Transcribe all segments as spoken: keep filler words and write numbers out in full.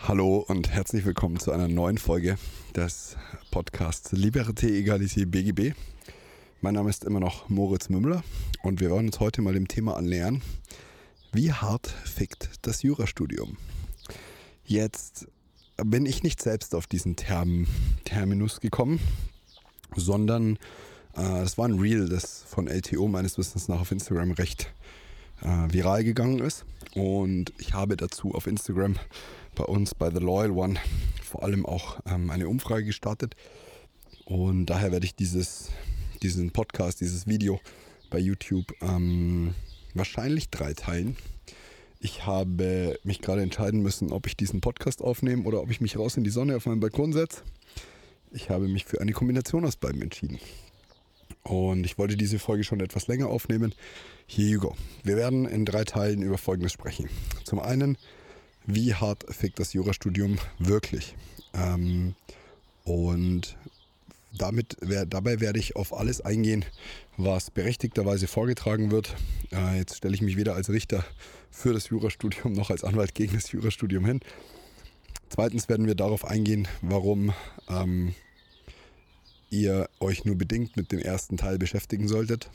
Hallo und herzlich willkommen zu einer neuen Folge des Podcasts Liberté, Egalité, B G B. Mein Name ist immer noch Moritz Mümmler und wir wollen uns heute mal dem Thema annähern: Wie hart fickt das Jurastudium? Jetzt bin ich nicht selbst auf diesen Term, Terminus gekommen, sondern äh, das war ein Reel, das von L T O meines Wissens nach auf Instagram recht äh, viral gegangen ist. Und ich habe dazu auf Instagram bei uns bei The Loyal One vor allem auch ähm, eine Umfrage gestartet. Und daher werde ich dieses, diesen Podcast, dieses Video bei YouTube ähm, wahrscheinlich dreiteilen. Ich habe mich gerade entscheiden müssen, ob ich diesen Podcast aufnehme oder ob ich mich raus in die Sonne auf meinen Balkon setze. Ich habe mich für eine Kombination aus beiden entschieden. Und ich wollte diese Folge schon etwas länger aufnehmen. Here you go. Wir werden in drei Teilen über Folgendes sprechen. Zum einen, wie hart fickt das Jurastudium wirklich? Ähm, und damit, dabei werde ich auf alles eingehen, was berechtigterweise vorgetragen wird. Äh, jetzt stelle ich mich weder als Richter für das Jurastudium noch als Anwalt gegen das Jurastudium hin. Zweitens werden wir darauf eingehen, warum ähm, ihr euch nur bedingt mit dem ersten Teil beschäftigen solltet.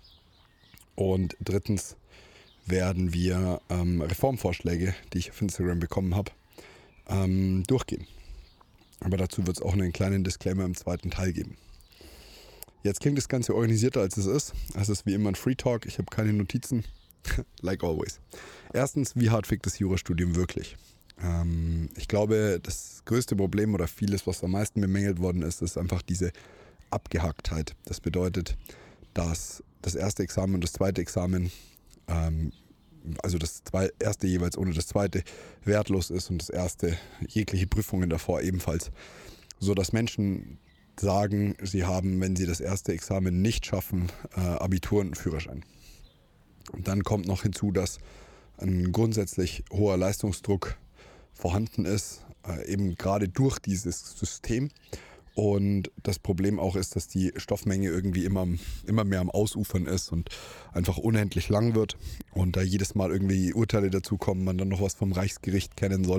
Und drittens werden wir ähm, Reformvorschläge, die ich auf Instagram bekommen habe, ähm, durchgehen. Aber dazu wird es auch einen kleinen Disclaimer im zweiten Teil geben. Jetzt klingt das Ganze organisierter, als es ist. Es ist wie immer ein Free Talk, ich habe keine Notizen, like always. Erstens, wie hart fickt das Jurastudium wirklich? Ähm, ich glaube, das größte Problem oder vieles, was am meisten bemängelt worden ist, ist einfach diese Abgehacktheit. Das bedeutet, dass das erste Examen und das zweite Examen, ähm, also das zwei, erste jeweils ohne das zweite, wertlos ist und das erste jegliche Prüfungen davor ebenfalls. So dass Menschen sagen, sie haben, wenn sie das erste Examen nicht schaffen, äh, Abitur und Führerschein. Und dann kommt noch hinzu, dass ein grundsätzlich hoher Leistungsdruck vorhanden ist, äh, eben gerade durch dieses System. Und das Problem auch ist, dass die Stoffmenge irgendwie immer, immer mehr am Ausufern ist und einfach unendlich lang wird. Und da jedes Mal irgendwie Urteile dazukommen, man dann noch was vom Reichsgericht kennen soll.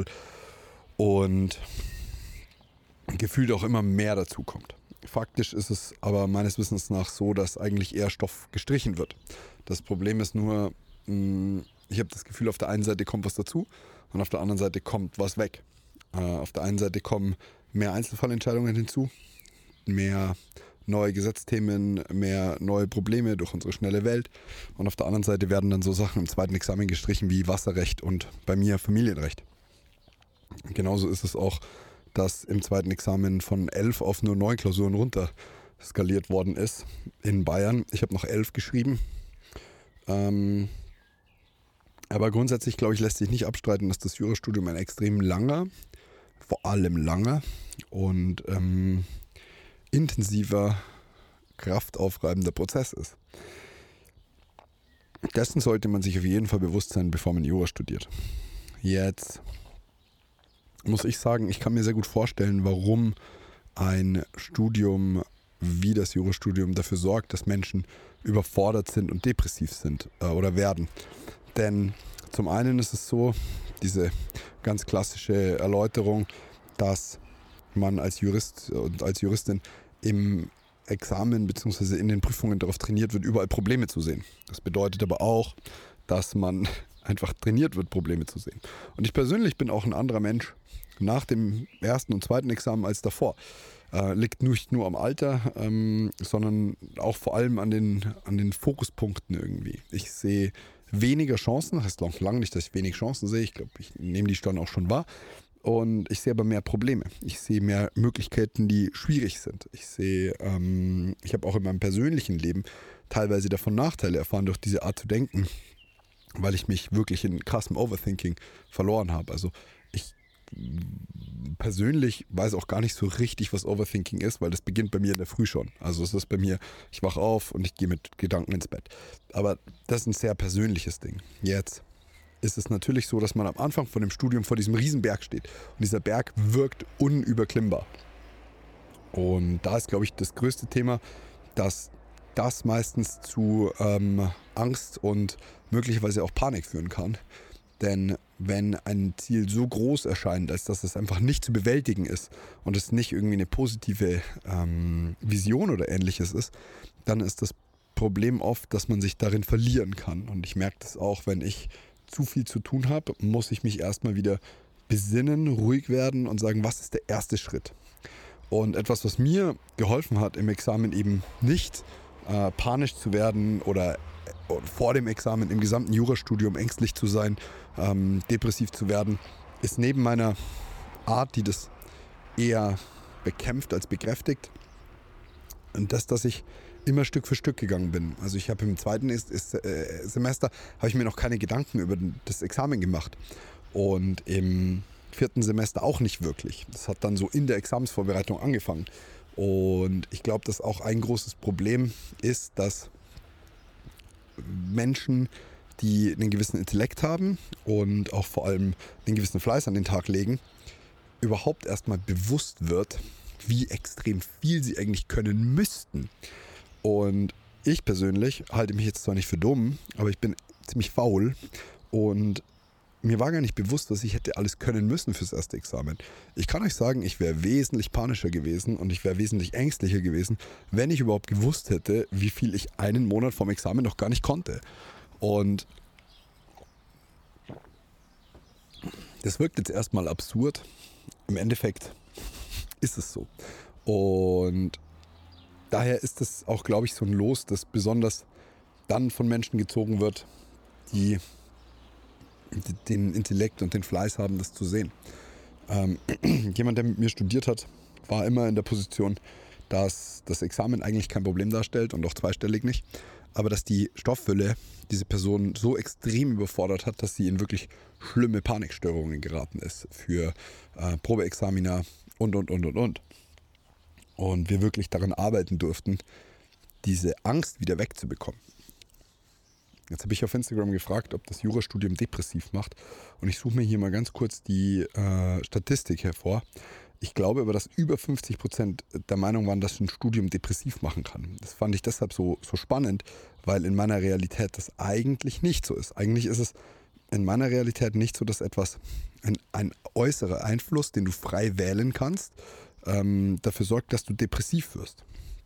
Und gefühlt auch immer mehr dazukommt. Faktisch ist es aber meines Wissens nach so, dass eigentlich eher Stoff gestrichen wird. Das Problem ist nur, ich habe das Gefühl, auf der einen Seite kommt was dazu und auf der anderen Seite kommt was weg. Auf der einen Seite kommen mehr Einzelfallentscheidungen hinzu, mehr neue Gesetzthemen, mehr neue Probleme durch unsere schnelle Welt. Und auf der anderen Seite werden dann so Sachen im zweiten Examen gestrichen wie Wasserrecht und bei mir Familienrecht. Und genauso ist es auch, dass im zweiten Examen von elf auf nur neun Klausuren runter skaliert worden ist in Bayern. Ich habe noch elf geschrieben. Ähm, aber grundsätzlich, glaube ich, lässt sich nicht abstreiten, dass das Jurastudium ein extrem langer, vor allem langer und ähm, intensiver, kraftaufreibender Prozess ist. Dessen sollte man sich auf jeden Fall bewusst sein, bevor man Jura studiert. Jetzt muss ich sagen, ich kann mir sehr gut vorstellen, warum ein Studium wie das Jurastudium dafür sorgt, dass Menschen überfordert sind und depressiv sind äh, oder werden. Denn zum einen ist es so, diese ganz klassische Erläuterung, dass man als Jurist und als Juristin im Examen bzw. in den Prüfungen darauf trainiert wird, überall Probleme zu sehen. Das bedeutet aber auch, dass man einfach trainiert wird, Probleme zu sehen. Und ich persönlich bin auch ein anderer Mensch nach dem ersten und zweiten Examen als davor. Äh, liegt nicht nur am Alter, ähm, sondern auch vor allem an den, an den Fokuspunkten irgendwie. Ich sehe weniger Chancen, das heißt noch lange nicht, dass ich wenig Chancen sehe. Ich glaube, ich nehme die dann auch schon wahr. Und ich sehe aber mehr Probleme. Ich sehe mehr Möglichkeiten, die schwierig sind. Ich sehe, ähm, ich habe auch in meinem persönlichen Leben teilweise davon Nachteile erfahren durch diese Art zu denken, weil ich mich wirklich in krassem Overthinking verloren habe. Also ich persönlich weiß auch gar nicht so richtig, was Overthinking ist, weil das beginnt bei mir in der Früh schon. Also es ist bei mir, ich wache auf und ich gehe mit Gedanken ins Bett. Aber das ist ein sehr persönliches Ding. Jetzt ist es natürlich so, dass man am Anfang von dem Studium vor diesem Riesenberg steht. Und dieser Berg wirkt unüberklimmbar. Und da ist, glaube ich, das größte Thema, dass das meistens zu ähm, Angst und möglicherweise auch Panik führen kann. Denn wenn ein Ziel so groß erscheint, als dass es einfach nicht zu bewältigen ist und es nicht irgendwie eine positive ähm, Vision oder ähnliches ist, dann ist das Problem oft, dass man sich darin verlieren kann. Und ich merke das auch, wenn ich zu viel zu tun habe, muss ich mich erstmal wieder besinnen, ruhig werden und sagen, was ist der erste Schritt? Und etwas, was mir geholfen hat im Examen eben nicht äh, panisch zu werden oder äh, vor dem Examen im gesamten Jurastudium ängstlich zu sein, ähm, depressiv zu werden, ist neben meiner Art, die das eher bekämpft als bekräftigt, und das, dass ich immer Stück für Stück gegangen bin. Also ich habe im zweiten ist, ist, äh, Semester habe ich mir noch keine Gedanken über das Examen gemacht und im vierten Semester auch nicht wirklich. Das hat dann so in der Examensvorbereitung angefangen und ich glaube, dass auch ein großes Problem ist, dass Menschen, die einen gewissen Intellekt haben und auch vor allem einen gewissen Fleiß an den Tag legen, überhaupt erstmal bewusst wird, wie extrem viel sie eigentlich können müssten. Und ich persönlich halte mich jetzt zwar nicht für dumm, aber ich bin ziemlich faul und mir war gar nicht bewusst, was ich hätte alles können müssen fürs erste Examen. Ich kann euch sagen, ich wäre wesentlich panischer gewesen und ich wäre wesentlich ängstlicher gewesen, wenn ich überhaupt gewusst hätte, wie viel ich einen Monat vorm Examen noch gar nicht konnte. Und das wirkt jetzt erstmal absurd. Im Endeffekt ist es so. Und daher ist es auch, glaube ich, so ein Los, das besonders dann von Menschen gezogen wird, die den Intellekt und den Fleiß haben, das zu sehen. Ähm, jemand, der mit mir studiert hat, war immer in der Position, dass das Examen eigentlich kein Problem darstellt und auch zweistellig nicht, aber dass die Stofffülle diese Person so extrem überfordert hat, dass sie in wirklich schlimme Panikstörungen geraten ist für äh, Probeexamina und, und, und, und, und. Und wir wirklich daran arbeiten durften, diese Angst wieder wegzubekommen. Jetzt habe ich auf Instagram gefragt, ob das Jurastudium depressiv macht. Und ich suche mir hier mal ganz kurz die äh, Statistik hervor. Ich glaube aber, dass über fünfzig Prozent der Meinung waren, dass ein Studium depressiv machen kann. Das fand ich deshalb so, so spannend, weil in meiner Realität das eigentlich nicht so ist. Eigentlich ist es in meiner Realität nicht so, dass etwas, ein, ein äußerer Einfluss, den du frei wählen kannst, ähm, dafür sorgt, dass du depressiv wirst.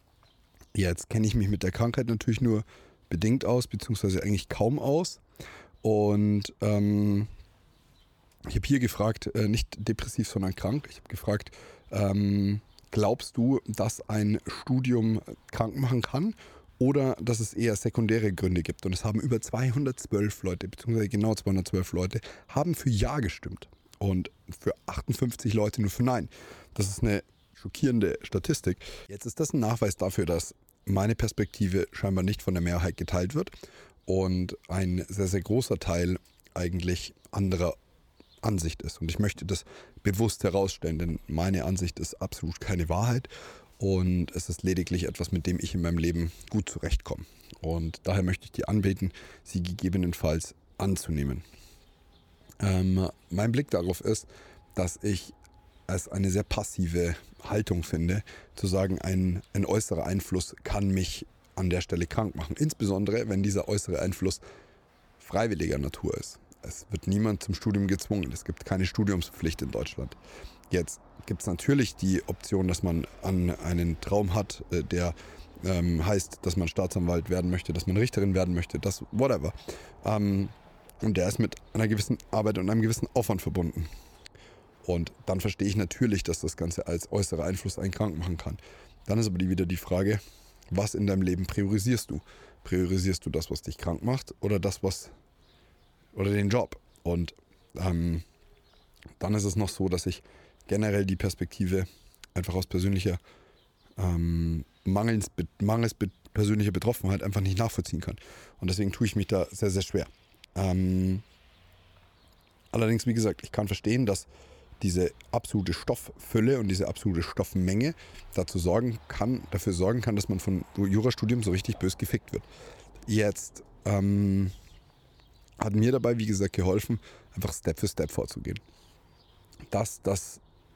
Jetzt kenne ich mich mit der Krankheit natürlich nur bedingt aus, beziehungsweise eigentlich kaum aus. Und ähm, ich habe hier gefragt, äh, nicht depressiv, sondern krank. Ich habe gefragt, ähm, glaubst du, dass ein Studium krank machen kann oder dass es eher sekundäre Gründe gibt? Und es haben über zweihundertzwölf Leute, beziehungsweise genau zweihundertzwölf Leute, haben für Ja gestimmt. Und für achtundfünfzig Leute nur für Nein. Das ist eine schockierende Statistik. Jetzt ist das ein Nachweis dafür, dass meine Perspektive scheinbar nicht von der Mehrheit geteilt wird und ein sehr, sehr großer Teil eigentlich anderer Ansicht ist. Und ich möchte das bewusst herausstellen, denn meine Ansicht ist absolut keine Wahrheit und es ist lediglich etwas, mit dem ich in meinem Leben gut zurechtkomme. Und daher möchte ich dir anbeten, sie gegebenenfalls anzunehmen. Ähm, mein Blick darauf ist, dass ich es eine sehr passive Haltung finde, zu sagen, ein, ein äußerer Einfluss kann mich an der Stelle krank machen. Insbesondere, wenn dieser äußere Einfluss freiwilliger Natur ist. Es wird niemand zum Studium gezwungen. Es gibt keine Studiumspflicht in Deutschland. Jetzt gibt es natürlich die Option, dass man an einen Traum hat, der ähm, heißt, dass man Staatsanwalt werden möchte, dass man Richterin werden möchte, das whatever. Ähm, und der ist mit einer gewissen Arbeit und einem gewissen Aufwand verbunden. Und dann verstehe ich natürlich, dass das Ganze als äußerer Einfluss einen krank machen kann. Dann ist aber wieder die Frage, was in deinem Leben priorisierst du? Priorisierst du das, was dich krank macht oder das, was oder den Job? Und ähm, dann ist es noch so, dass ich generell die Perspektive einfach aus persönlicher ähm, mangels, mangels persönlicher Betroffenheit einfach nicht nachvollziehen kann. Und deswegen tue ich mich da sehr, sehr schwer. Ähm, allerdings, wie gesagt, ich kann verstehen, dass diese absolute Stofffülle und diese absolute Stoffmenge dazu sorgen kann, dafür sorgen kann, dass man von Jurastudium so richtig bös gefickt wird. Jetzt ähm, hat mir dabei, wie gesagt, geholfen, einfach Step für Step vorzugehen. Dass das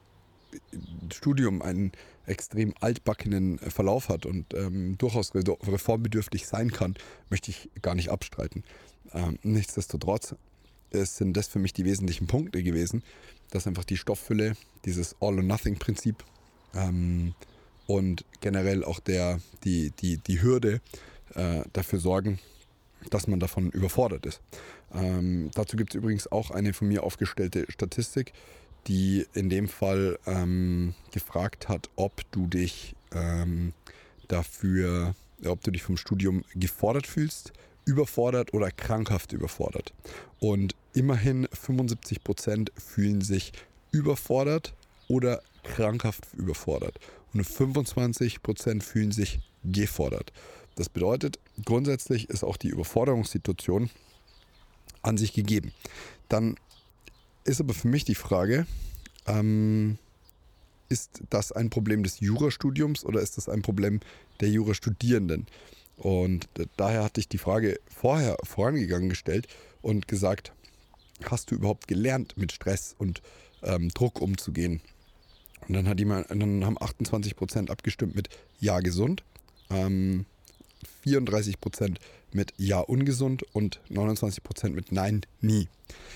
Studium einen extrem altbackenen Verlauf hat und ähm, durchaus reformbedürftig sein kann, möchte ich gar nicht abstreiten. Ähm, nichtsdestotrotz ist, sind das für mich die wesentlichen Punkte gewesen, dass einfach die Stofffülle, dieses All-or-Nothing-Prinzip ähm, und generell auch der, die, die, die Hürde äh, dafür sorgen, dass man davon überfordert ist. Ähm, dazu gibt es übrigens auch eine von mir aufgestellte Statistik, die in dem Fall ähm, gefragt hat, ob du dich ähm, dafür, ob du dich vom Studium gefordert fühlst, überfordert oder krankhaft überfordert. Und immerhin fünfundsiebzig Prozent fühlen sich überfordert oder krankhaft überfordert. Und fünfundzwanzig Prozent fühlen sich gefordert. Das bedeutet, grundsätzlich ist auch die Überforderungssituation an sich gegeben. Dann ist aber für mich die Frage, ähm, ist das ein Problem des Jurastudiums oder ist das ein Problem der Jurastudierenden? Und daher hatte ich die Frage vorher vorangegangen gestellt und gesagt, hast du überhaupt gelernt, mit Stress und ähm, Druck umzugehen? Und dann, hat jemand, dann haben achtundzwanzig Prozent abgestimmt mit Ja gesund, ähm, vierunddreißig Prozent mit Ja ungesund und neunundzwanzig Prozent mit Nein nie.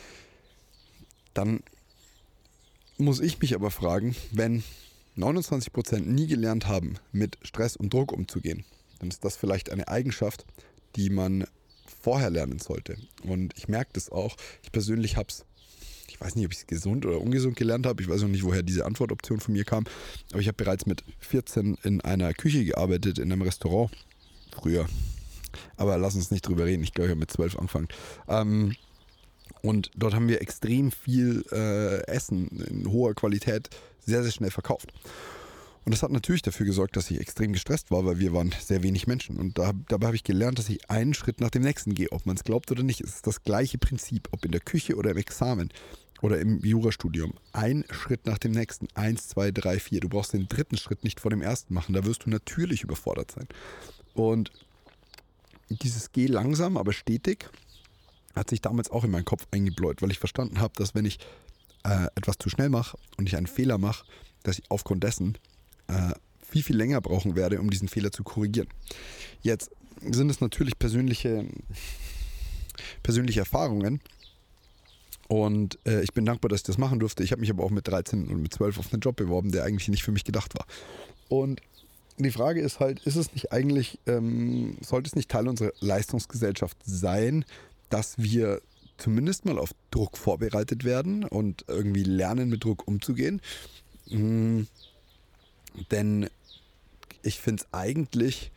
Dann muss ich mich aber fragen, wenn neunundzwanzig Prozent nie gelernt haben, mit Stress und Druck umzugehen, dann ist das vielleicht eine Eigenschaft, die man vorher lernen sollte. Und ich merke das auch. Ich persönlich habe es, ich weiß nicht, ob ich es gesund oder ungesund gelernt habe. Ich weiß auch nicht, woher diese Antwortoption von mir kam. Aber ich habe bereits mit vierzehn in einer Küche gearbeitet, in einem Restaurant. Früher. Aber lass uns nicht drüber reden. Ich glaube, ich habe mit zwölf angefangen. Ähm, und dort haben wir extrem viel äh, Essen in hoher Qualität sehr, sehr schnell verkauft. Und das hat natürlich dafür gesorgt, dass ich extrem gestresst war, weil wir waren sehr wenig Menschen. Und da, dabei habe ich gelernt, dass ich einen Schritt nach dem nächsten gehe. Ob man es glaubt oder nicht, es ist das gleiche Prinzip. Ob in der Küche oder im Examen oder im Jurastudium. Ein Schritt nach dem nächsten. Eins, zwei, drei, vier. Du brauchst den dritten Schritt nicht vor dem ersten machen. Da wirst du natürlich überfordert sein. Und dieses Geh langsam, aber stetig hat sich damals auch in meinen Kopf eingebläut, weil ich verstanden habe, dass wenn ich äh, etwas zu schnell mache und ich einen Fehler mache, dass ich aufgrund dessen äh, viel, viel länger brauchen werde, um diesen Fehler zu korrigieren. Jetzt sind es natürlich persönliche, persönliche Erfahrungen und äh, ich bin dankbar, dass ich das machen durfte. Ich habe mich aber auch mit dreizehn und mit zwölf auf einen Job beworben, der eigentlich nicht für mich gedacht war. Und die Frage ist halt, ist es nicht eigentlich, ähm, sollte es nicht Teil unserer Leistungsgesellschaft sein, dass wir zumindest mal auf Druck vorbereitet werden und irgendwie lernen, mit Druck umzugehen? Mhm. Denn ich finde es eigentlich,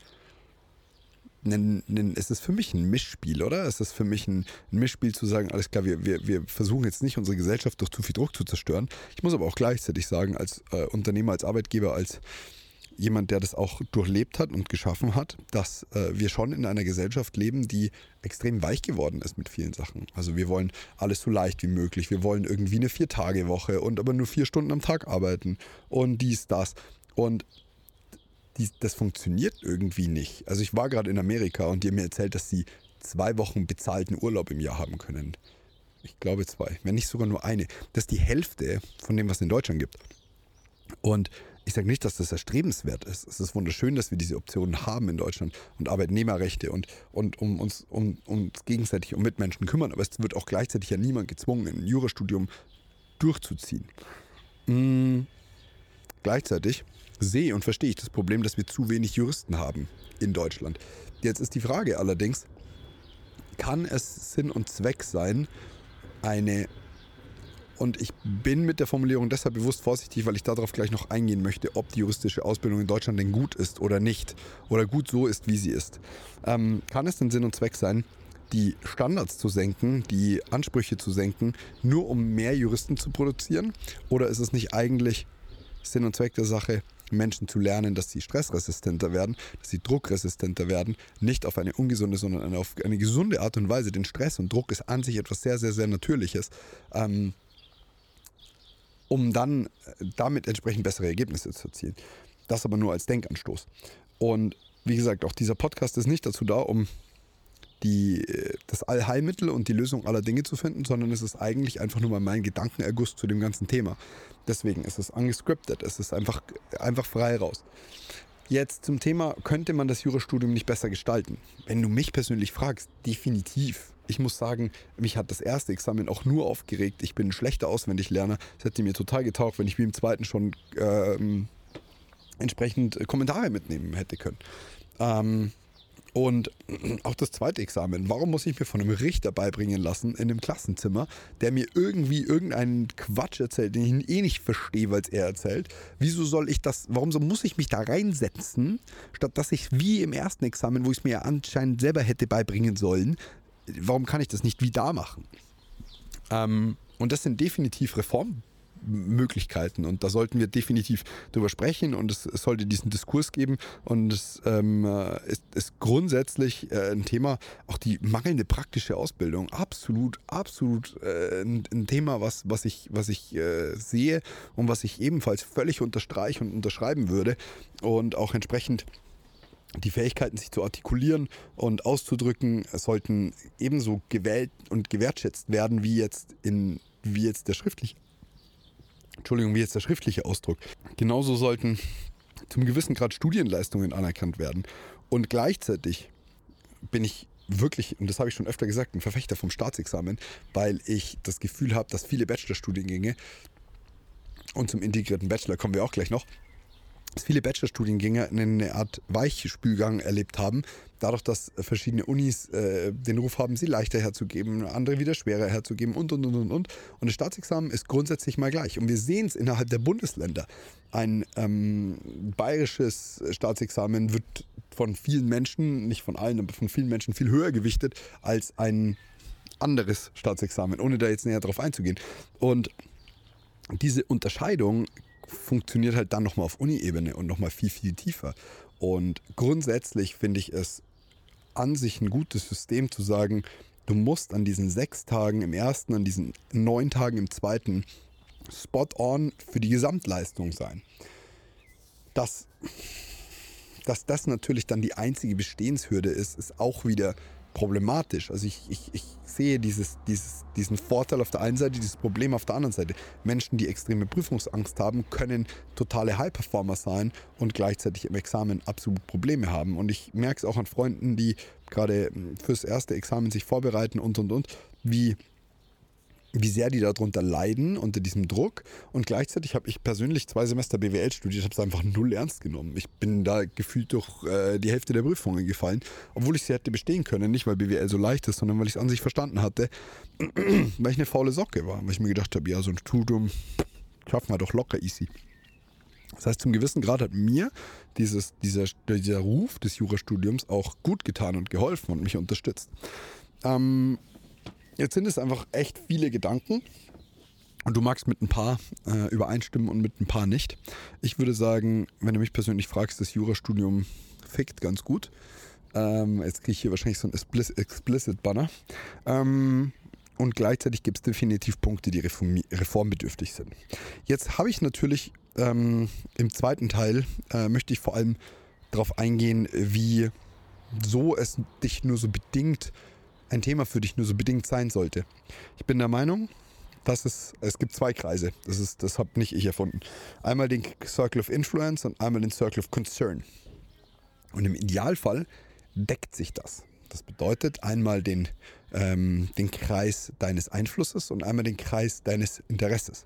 nen, nen, es ist für mich ein Mischspiel, oder? Es ist für mich ein, ein Mischspiel zu sagen, alles klar, wir, wir, wir versuchen jetzt nicht unsere Gesellschaft durch zu viel Druck zu zerstören. Ich muss aber auch gleichzeitig sagen, als äh, Unternehmer, als Arbeitgeber, als jemand, der das auch durchlebt hat und geschaffen hat, dass äh, wir schon in einer Gesellschaft leben, die extrem weich geworden ist mit vielen Sachen. Also wir wollen alles so leicht wie möglich. Wir wollen irgendwie eine Vier-Tage-Woche und aber nur vier Stunden am Tag arbeiten und dies, das. Und die, das funktioniert irgendwie nicht. Also ich war gerade in Amerika und die haben mir erzählt, dass sie zwei Wochen bezahlten Urlaub im Jahr haben können. Ich glaube zwei, wenn nicht sogar nur eine. Das ist die Hälfte von dem, was es in Deutschland gibt. Und ich sage nicht, dass das erstrebenswert ist. Es ist wunderschön, dass wir diese Optionen haben in Deutschland und Arbeitnehmerrechte und, und um uns um, uns gegenseitig um Mitmenschen kümmern. Aber es wird auch gleichzeitig ja niemand gezwungen, ein Jurastudium durchzuziehen. Mhm. Gleichzeitig sehe und verstehe ich das Problem, dass wir zu wenig Juristen haben in Deutschland. Jetzt ist die Frage allerdings, kann es Sinn und Zweck sein, eine, und ich bin mit der Formulierung deshalb bewusst vorsichtig, weil ich darauf gleich noch eingehen möchte, ob die juristische Ausbildung in Deutschland denn gut ist oder nicht, oder gut so ist, wie sie ist. Ähm, kann es denn Sinn und Zweck sein, die Standards zu senken, die Ansprüche zu senken, nur um mehr Juristen zu produzieren? Oder ist es nicht eigentlich Sinn und Zweck der Sache, Menschen zu lernen, dass sie stressresistenter werden, dass sie druckresistenter werden, nicht auf eine ungesunde, sondern auf eine gesunde Art und Weise. Denn Stress und Druck ist an sich etwas sehr, sehr, sehr Natürliches, ähm, um dann damit entsprechend bessere Ergebnisse zu erzielen. Das aber nur als Denkanstoß. Und wie gesagt, auch dieser Podcast ist nicht dazu da, um die, das Allheilmittel und die Lösung aller Dinge zu finden, sondern es ist eigentlich einfach nur mal mein Gedankenerguss zu dem ganzen Thema. Deswegen ist es ungescriptet, es ist einfach, einfach frei raus. Jetzt zum Thema, könnte man das Jurastudium nicht besser gestalten? Wenn du mich persönlich fragst, definitiv. Ich muss sagen, mich hat das erste Examen auch nur aufgeregt. Ich bin ein schlechter Auswendiglerner. Es hätte mir total getaugt, wenn ich wie im zweiten schon ähm, entsprechend Kommentare mitnehmen hätte können. Ähm, und auch das zweite Examen. Warum muss ich mir von einem Richter beibringen lassen in einem Klassenzimmer, der mir irgendwie irgendeinen Quatsch erzählt, den ich eh nicht verstehe, weil es er erzählt? Wieso soll ich das, warum so muss ich mich da reinsetzen, statt dass ich wie im ersten Examen, wo ich es mir anscheinend selber hätte beibringen sollen, warum kann ich das nicht wie da machen? Ähm, und das sind definitiv Reformmöglichkeiten und da sollten wir definitiv drüber sprechen und es, es sollte diesen Diskurs geben und es ähm, ist, ist grundsätzlich äh, ein Thema, auch die mangelnde praktische Ausbildung, absolut, absolut äh, ein, ein Thema, was, was ich, was ich äh, sehe und was ich ebenfalls völlig unterstreiche und unterschreiben würde und auch entsprechend die Fähigkeiten, sich zu artikulieren und auszudrücken, sollten ebenso gewählt und gewertschätzt werden, wie jetzt, in, wie jetzt der schriftliche, Entschuldigung, wie jetzt der schriftliche Ausdruck. Genauso sollten zum gewissen Grad Studienleistungen anerkannt werden. Und gleichzeitig bin ich wirklich, und das habe ich schon öfter gesagt, ein Verfechter vom Staatsexamen, weil ich das Gefühl habe, dass viele Bachelorstudiengänge, und zum integrierten Bachelor kommen wir auch gleich noch, dass viele Bachelorstudiengänge eine Art Weichspülgang erlebt haben, dadurch, dass verschiedene Unis äh, den Ruf haben, sie leichter herzugeben, andere wieder schwerer herzugeben und, und, und, und, und. Und das Staatsexamen ist grundsätzlich mal gleich. Und wir sehen es innerhalb der Bundesländer. Ein ähm, bayerisches Staatsexamen wird von vielen Menschen, nicht von allen, aber von vielen Menschen viel höher gewichtet als ein anderes Staatsexamen, ohne da jetzt näher drauf einzugehen. Und diese Unterscheidung funktioniert halt dann nochmal auf Uni-Ebene und nochmal viel, viel tiefer. Und grundsätzlich finde ich es an sich ein gutes System zu sagen, du musst an diesen sechs Tagen im ersten, an diesen neun Tagen im zweiten spot on für die Gesamtleistung sein. Dass, dass das natürlich dann die einzige Bestehenshürde ist, ist auch wieder problematisch. Also ich, ich, ich sehe dieses, dieses, diesen Vorteil auf der einen Seite, dieses Problem auf der anderen Seite. Menschen, die extreme Prüfungsangst haben, können totale High-Performer sein und gleichzeitig im Examen absolut Probleme haben. Und ich merke es auch an Freunden, die gerade fürs erste Examen sich vorbereiten und, und, und, wie wie sehr die darunter leiden, unter diesem Druck. Und gleichzeitig habe ich persönlich zwei Semester B W L studiert, habe es einfach null ernst genommen. Ich bin da gefühlt durch äh, die Hälfte der Prüfungen gefallen, obwohl ich sie hätte bestehen können. Nicht, weil B W L so leicht ist, sondern weil ich es an sich verstanden hatte, weil ich eine faule Socke war. Weil ich mir gedacht habe, ja, so ein Studium schaffen wir doch locker easy. Das heißt, zum gewissen Grad hat mir dieses, dieser, dieser Ruf des Jurastudiums auch gut getan und geholfen und mich unterstützt. Ähm, Jetzt sind es einfach echt viele Gedanken und du magst mit ein paar äh, übereinstimmen und mit ein paar nicht. Ich würde sagen, wenn du mich persönlich fragst, das Jurastudium fickt ganz gut. Ähm, jetzt kriege ich hier wahrscheinlich so ein Explicit-Banner. Ähm, und gleichzeitig gibt es definitiv Punkte, die reform- reformbedürftig sind. Jetzt habe ich natürlich ähm, im zweiten Teil, äh, möchte ich vor allem darauf eingehen, wie so es dich nur so bedingt ein Thema für dich nur so bedingt sein sollte. Ich bin der Meinung, dass es, es gibt zwei Kreise. Das ist, das habe nicht ich erfunden. Einmal den Circle of Influence und einmal den Circle of Concern. Und im Idealfall deckt sich das. Das bedeutet einmal den, ähm, den Kreis deines Einflusses und einmal den Kreis deines Interesses.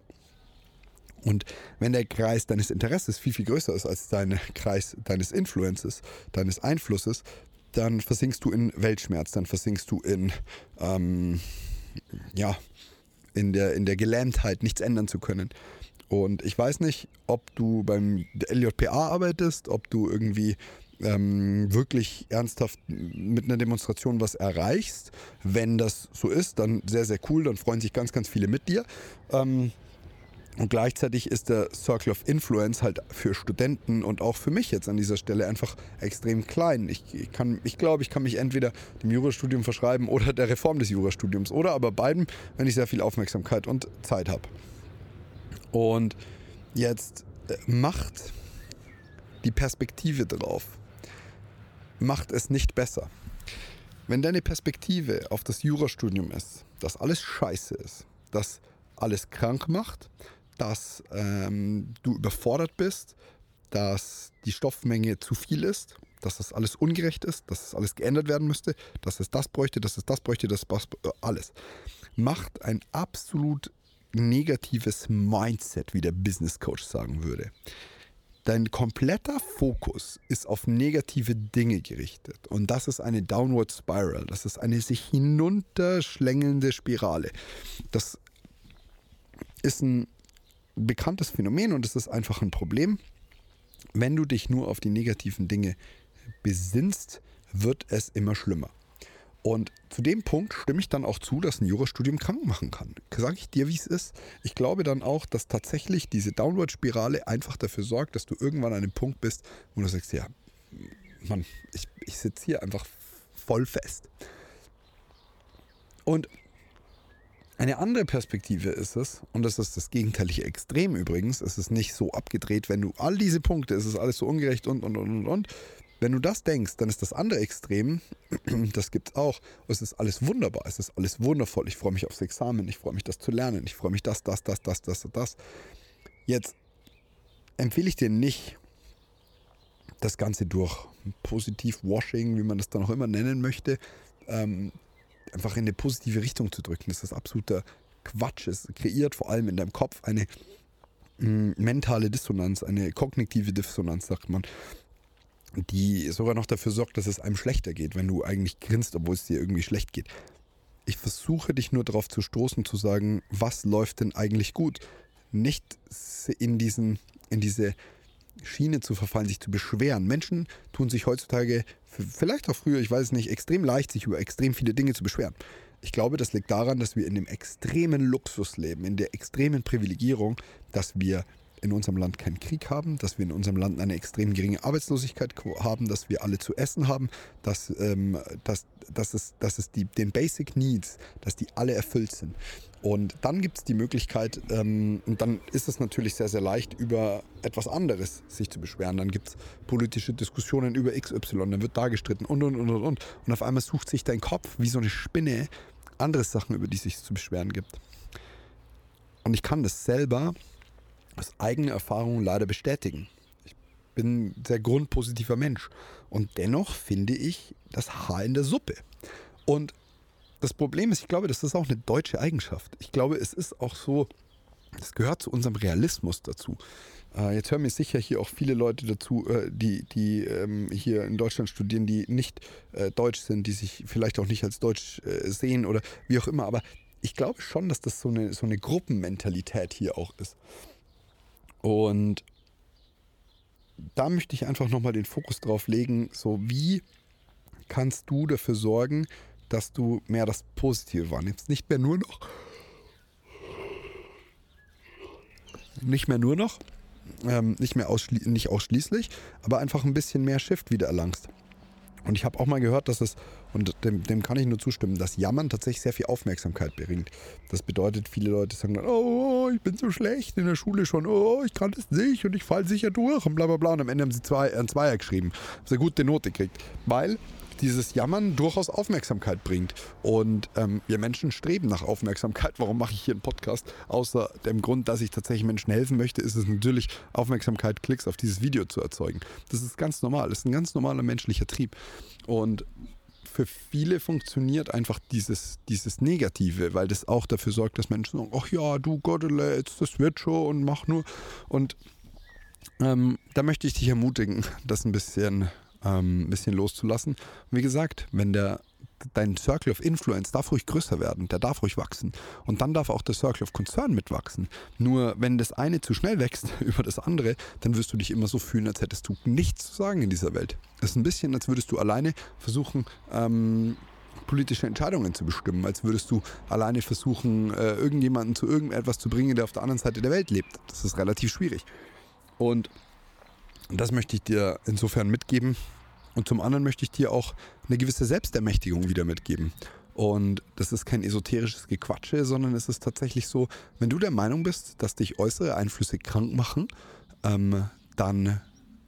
Und wenn der Kreis deines Interesses viel, viel größer ist als der Kreis deines Influences, deines Einflusses, dann versinkst du in Weltschmerz, dann versinkst du in, ähm, ja, in der, in der Gelähmtheit, nichts ändern zu können. Und ich weiß nicht, ob du beim L J P A arbeitest, ob du irgendwie ähm, wirklich ernsthaft mit einer Demonstration was erreichst. Wenn das so ist, dann sehr, sehr cool, dann freuen sich ganz, ganz viele mit dir. Ähm, Und gleichzeitig ist der Circle of Influence halt für Studenten und auch für mich jetzt an dieser Stelle einfach extrem klein. Ich, ich, kann, ich glaube, ich kann mich entweder dem Jurastudium verschreiben oder der Reform des Jurastudiums oder aber beiden, wenn ich sehr viel Aufmerksamkeit und Zeit habe. Und jetzt macht die Perspektive drauf, macht es nicht besser. Wenn deine Perspektive auf das Jurastudium ist, dass alles scheiße ist, dass alles krank macht, dass ähm, du überfordert bist, dass die Stoffmenge zu viel ist, dass das alles ungerecht ist, dass das alles geändert werden müsste, dass es das bräuchte, dass es das bräuchte, das alles. Macht ein absolut negatives Mindset, wie der Business Coach sagen würde. Dein kompletter Fokus ist auf negative Dinge gerichtet. Und das ist eine Downward Spiral. Das ist eine sich hinunterschlängelnde Spirale. Das ist ein bekanntes Phänomen und es ist einfach ein Problem. Wenn du dich nur auf die negativen Dinge besinnst, wird es immer schlimmer. Und zu dem Punkt stimme ich dann auch zu, dass ein Jurastudium krank machen kann. Sage ich dir, wie es ist? Ich glaube dann auch, dass tatsächlich diese Downward-Spirale einfach dafür sorgt, dass du irgendwann an einem Punkt bist, wo du sagst, ja, Mann, ich, ich sitze hier einfach voll fest. Und eine andere Perspektive ist es, und das ist das gegenteilige Extrem übrigens, es ist nicht so abgedreht, wenn du all diese Punkte, es ist alles so ungerecht und, und, und, und, und, wenn du das denkst, dann ist das andere Extrem, das gibt es auch, es ist alles wunderbar, es ist alles wundervoll, ich freue mich aufs Examen, ich freue mich, das zu lernen, ich freue mich, das, das, das, das, das und das. Jetzt empfehle ich dir nicht, das Ganze durch Positiv-Washing, wie man das dann auch immer nennen möchte, ähm, einfach in eine positive Richtung zu drücken. Das ist absoluter Quatsch. Es kreiert vor allem in deinem Kopf eine mh, mentale Dissonanz, eine kognitive Dissonanz, sagt man, die sogar noch dafür sorgt, dass es einem schlechter geht, wenn du eigentlich grinst, obwohl es dir irgendwie schlecht geht. Ich versuche dich nur darauf zu stoßen, zu sagen, was läuft denn eigentlich gut? Nicht in, diesen, in diese Schiene zu verfallen, sich zu beschweren. Menschen tun sich heutzutage, vielleicht auch früher, ich weiß es nicht, extrem leicht, sich über extrem viele Dinge zu beschweren. Ich glaube, das liegt daran, dass wir in dem extremen Luxus leben, in der extremen Privilegierung, dass wir in unserem Land keinen Krieg haben, dass wir in unserem Land eine extrem geringe Arbeitslosigkeit haben, dass wir alle zu essen haben, dass, ähm, dass, dass es, dass es die, den Basic Needs, dass die alle erfüllt sind. Und dann gibt es die Möglichkeit, ähm, und dann ist es natürlich sehr, sehr leicht, über etwas anderes sich zu beschweren. Dann gibt es politische Diskussionen über X Y, dann wird da gestritten und, und, und, und, und. Und auf einmal sucht sich dein Kopf wie so eine Spinne andere Sachen, über die es sich zu beschweren gibt. Und ich kann das selber aus eigener Erfahrung leider bestätigen. Ich bin ein sehr grundpositiver Mensch. Und dennoch finde ich das Haar in der Suppe. Und das Problem ist, ich glaube, das ist auch eine deutsche Eigenschaft. Ich glaube, es ist auch so, das gehört zu unserem Realismus dazu. Äh, jetzt hören mir sicher hier auch viele Leute dazu, äh, die, die ähm, hier in Deutschland studieren, die nicht äh, deutsch sind, die sich vielleicht auch nicht als deutsch äh, sehen oder wie auch immer. Aber ich glaube schon, dass das so eine, so eine Gruppenmentalität hier auch ist. Und da möchte ich einfach nochmal den Fokus drauf legen, so wie kannst du dafür sorgen, dass du mehr das Positive wahrnimmst. Nicht mehr nur noch, nicht mehr nur noch, ähm, nicht mehr ausschli- nicht ausschließlich, aber einfach ein bisschen mehr Shift wieder erlangst. Und ich habe auch mal gehört, dass es, und dem, dem kann ich nur zustimmen, dass Jammern tatsächlich sehr viel Aufmerksamkeit bringt. Das bedeutet, viele Leute sagen dann, oh, ich bin so schlecht in der Schule schon, oh, ich kann das nicht und ich falle sicher durch und bla bla bla. Und am Ende haben sie zwei, ein Zweier geschrieben, haben sie eine gute Note gekriegt, weil dieses Jammern durchaus Aufmerksamkeit bringt. Und ähm, wir Menschen streben nach Aufmerksamkeit. Warum mache ich hier einen Podcast? Außer dem Grund, dass ich tatsächlich Menschen helfen möchte, ist es natürlich Aufmerksamkeit, Klicks auf dieses Video zu erzeugen. Das ist ganz normal. Das ist ein ganz normaler menschlicher Trieb. Und für viele funktioniert einfach dieses, dieses Negative, weil das auch dafür sorgt, dass Menschen sagen, ach ja, du Gottele, jetzt das wird schon und mach nur. Und ähm, da möchte ich dich ermutigen, das ein bisschen ein bisschen loszulassen. Und wie gesagt, wenn der, dein Circle of Influence darf ruhig größer werden, der darf ruhig wachsen. Und dann darf auch der Circle of Concern mitwachsen. Nur wenn das eine zu schnell wächst über das andere, dann wirst du dich immer so fühlen, als hättest du nichts zu sagen in dieser Welt. Das ist ein bisschen, als würdest du alleine versuchen, ähm, politische Entscheidungen zu bestimmen, als würdest du alleine versuchen, äh, irgendjemanden zu irgendetwas zu bringen, der auf der anderen Seite der Welt lebt. Das ist relativ schwierig. Und das möchte ich dir insofern mitgeben. Und zum anderen möchte ich dir auch eine gewisse Selbstermächtigung wieder mitgeben. Und das ist kein esoterisches Gequatsche, sondern es ist tatsächlich so, wenn du der Meinung bist, dass dich äußere Einflüsse krank machen, ähm, dann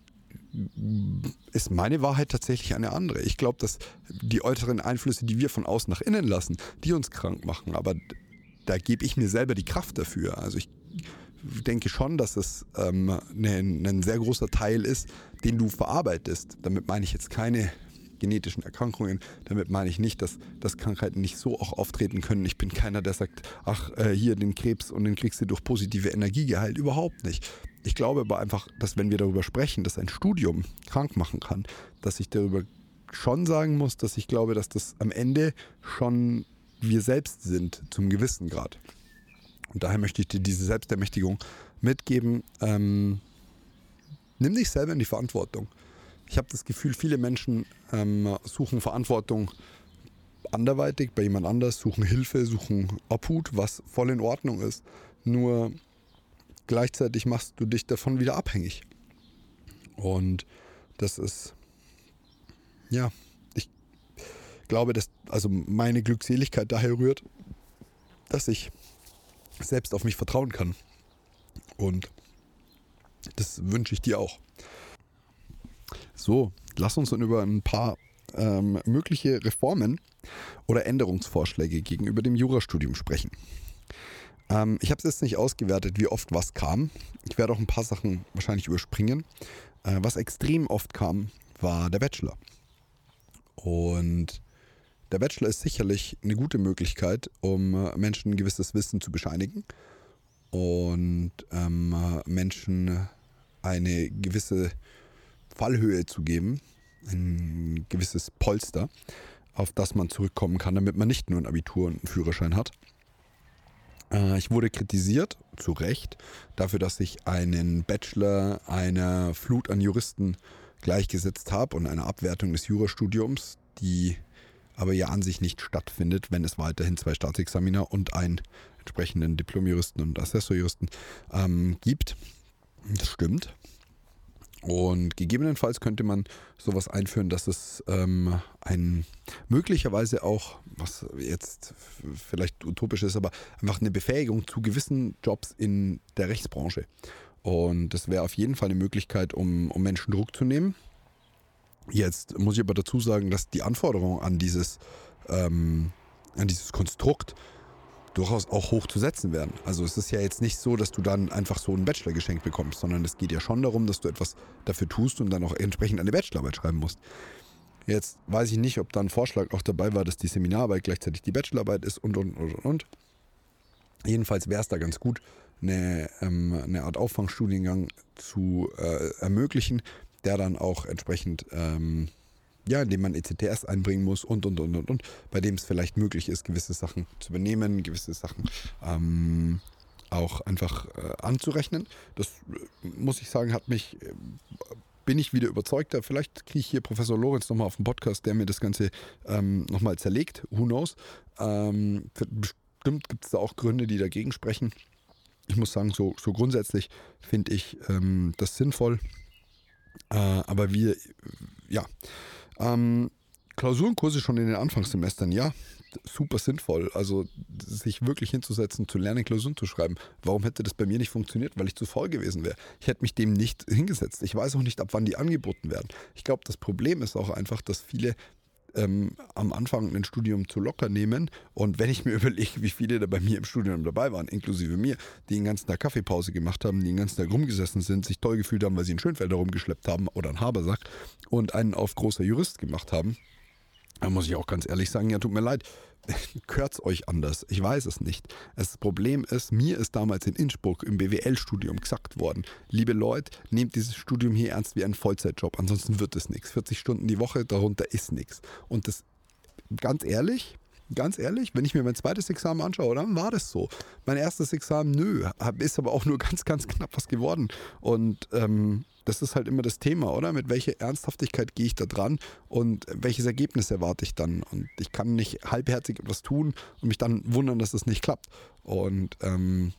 ist meine Wahrheit tatsächlich eine andere. Ich glaube, dass die äußeren Einflüsse, die wir von außen nach innen lassen, die uns krank machen. Aber da gebe ich mir selber die Kraft dafür. Also ich denke schon, dass es ähm, ein, ein sehr großer Teil ist, den du verarbeitest. Damit meine ich jetzt keine genetischen Erkrankungen. Damit meine ich nicht, dass, dass Krankheiten nicht so auch auftreten können. Ich bin keiner, der sagt, ach, äh, hier den Krebs und den kriegst du durch positive Energie geheilt. Überhaupt nicht. Ich glaube aber einfach, dass wenn wir darüber sprechen, dass ein Studium krank machen kann, dass ich darüber schon sagen muss, dass ich glaube, dass das am Ende schon wir selbst sind, zum gewissen Grad. Und daher möchte ich dir diese Selbstermächtigung mitgeben. Ähm, nimm dich selber in die Verantwortung. Ich habe das Gefühl, viele Menschen ähm, suchen Verantwortung anderweitig bei jemand anders, suchen Hilfe, suchen Obhut, was voll in Ordnung ist. Nur gleichzeitig machst du dich davon wieder abhängig. Und das ist, ja, ich glaube, dass also meine Glückseligkeit daher rührt, dass ich selbst auf mich vertrauen kann. Und das wünsche ich dir auch. So, lass uns dann über ein paar ähm, mögliche Reformen oder Änderungsvorschläge gegenüber dem Jurastudium sprechen. Ähm, ich habe es jetzt nicht ausgewertet, wie oft was kam. Ich werde auch ein paar Sachen wahrscheinlich überspringen. Äh, was extrem oft kam, war der Bachelor. Und der Bachelor ist sicherlich eine gute Möglichkeit, um äh, Menschen ein gewisses Wissen zu bescheinigen und ähm, äh, Menschen eine gewisse Fallhöhe zu geben, ein gewisses Polster, auf das man zurückkommen kann, damit man nicht nur ein Abitur und einen Führerschein hat. Äh, ich wurde kritisiert, zu Recht, dafür, dass ich einen Bachelor einer Flut an Juristen gleichgesetzt habe und einer Abwertung des Jurastudiums, die aber ja an sich nicht stattfindet, wenn es weiterhin zwei Staatsexaminer und einen entsprechenden Diplomjuristen und Assessorjuristen ähm, gibt. Das stimmt. Und gegebenenfalls könnte man sowas einführen, dass es ähm, ein möglicherweise auch, was jetzt vielleicht utopisch ist, aber einfach eine Befähigung zu gewissen Jobs in der Rechtsbranche. Und das wäre auf jeden Fall eine Möglichkeit, um, um Menschen Druck zu nehmen. Jetzt muss ich aber dazu sagen, dass die Anforderungen an dieses, ähm, an dieses Konstrukt durchaus auch hoch zu setzen werden. Also es ist ja jetzt nicht so, dass du dann einfach so einen Bachelor geschenkt bekommst, sondern es geht ja schon darum, dass du etwas dafür tust und dann auch entsprechend eine Bachelorarbeit schreiben musst. Jetzt weiß ich nicht, ob da ein Vorschlag auch dabei war, dass die Seminararbeit gleichzeitig die Bachelorarbeit ist und, und, und, und. Jedenfalls wäre es da ganz gut, eine, ähm, eine Art Auffangstudiengang zu äh, ermöglichen, der dann auch entsprechend ähm, ja, indem man E C T S einbringen muss und, und, und, und, und, bei dem es vielleicht möglich ist, gewisse Sachen zu übernehmen, gewisse Sachen ähm, auch einfach äh, anzurechnen. Das, äh, muss ich sagen, hat mich, äh, bin ich wieder überzeugter. Vielleicht kriege ich hier Professor Lorenz nochmal auf den Podcast, der mir das Ganze ähm, nochmal zerlegt, who knows. Ähm, bestimmt gibt es da auch Gründe, die dagegen sprechen. Ich muss sagen, so, so grundsätzlich finde ich ähm, das sinnvoll. Äh, aber wir, ja, Ähm, Klausurenkurse schon in den Anfangssemestern, ja, super sinnvoll. Also sich wirklich hinzusetzen, zu lernen, Klausuren zu schreiben. Warum hätte das bei mir nicht funktioniert? Weil ich zu faul gewesen wäre. Ich hätte mich dem nicht hingesetzt. Ich weiß auch nicht, ab wann die angeboten werden. Ich glaube, das Problem ist auch einfach, dass viele ähm, am Anfang ein Studium zu locker nehmen. Und wenn ich mir überlege, wie viele da bei mir im Studium dabei waren, inklusive mir, die den ganzen Tag Kaffeepause gemacht haben, die den ganzen Tag rumgesessen sind, sich toll gefühlt haben, weil sie einen Schönfelder rumgeschleppt haben oder einen Habersack und einen auf großer Jurist gemacht haben, da muss ich auch ganz ehrlich sagen, ja, tut mir leid, hört's euch anders. Ich weiß es nicht. Das Problem ist, mir ist damals in Innsbruck im B W L-Studium gesagt worden, liebe Leute, nehmt dieses Studium hier ernst wie einen Vollzeitjob, ansonsten wird es nichts. vierzig Stunden die Woche, darunter ist nichts. Und das, ganz ehrlich, ganz ehrlich, wenn ich mir mein zweites Examen anschaue, dann war das so. Mein erstes Examen, nö, ist aber auch nur ganz, ganz knapp was geworden. Und ähm, das ist halt immer das Thema, oder? Mit welcher Ernsthaftigkeit gehe ich da dran und welches Ergebnis erwarte ich dann? Und ich kann nicht halbherzig etwas tun und mich dann wundern, dass es nicht klappt. Und ähm,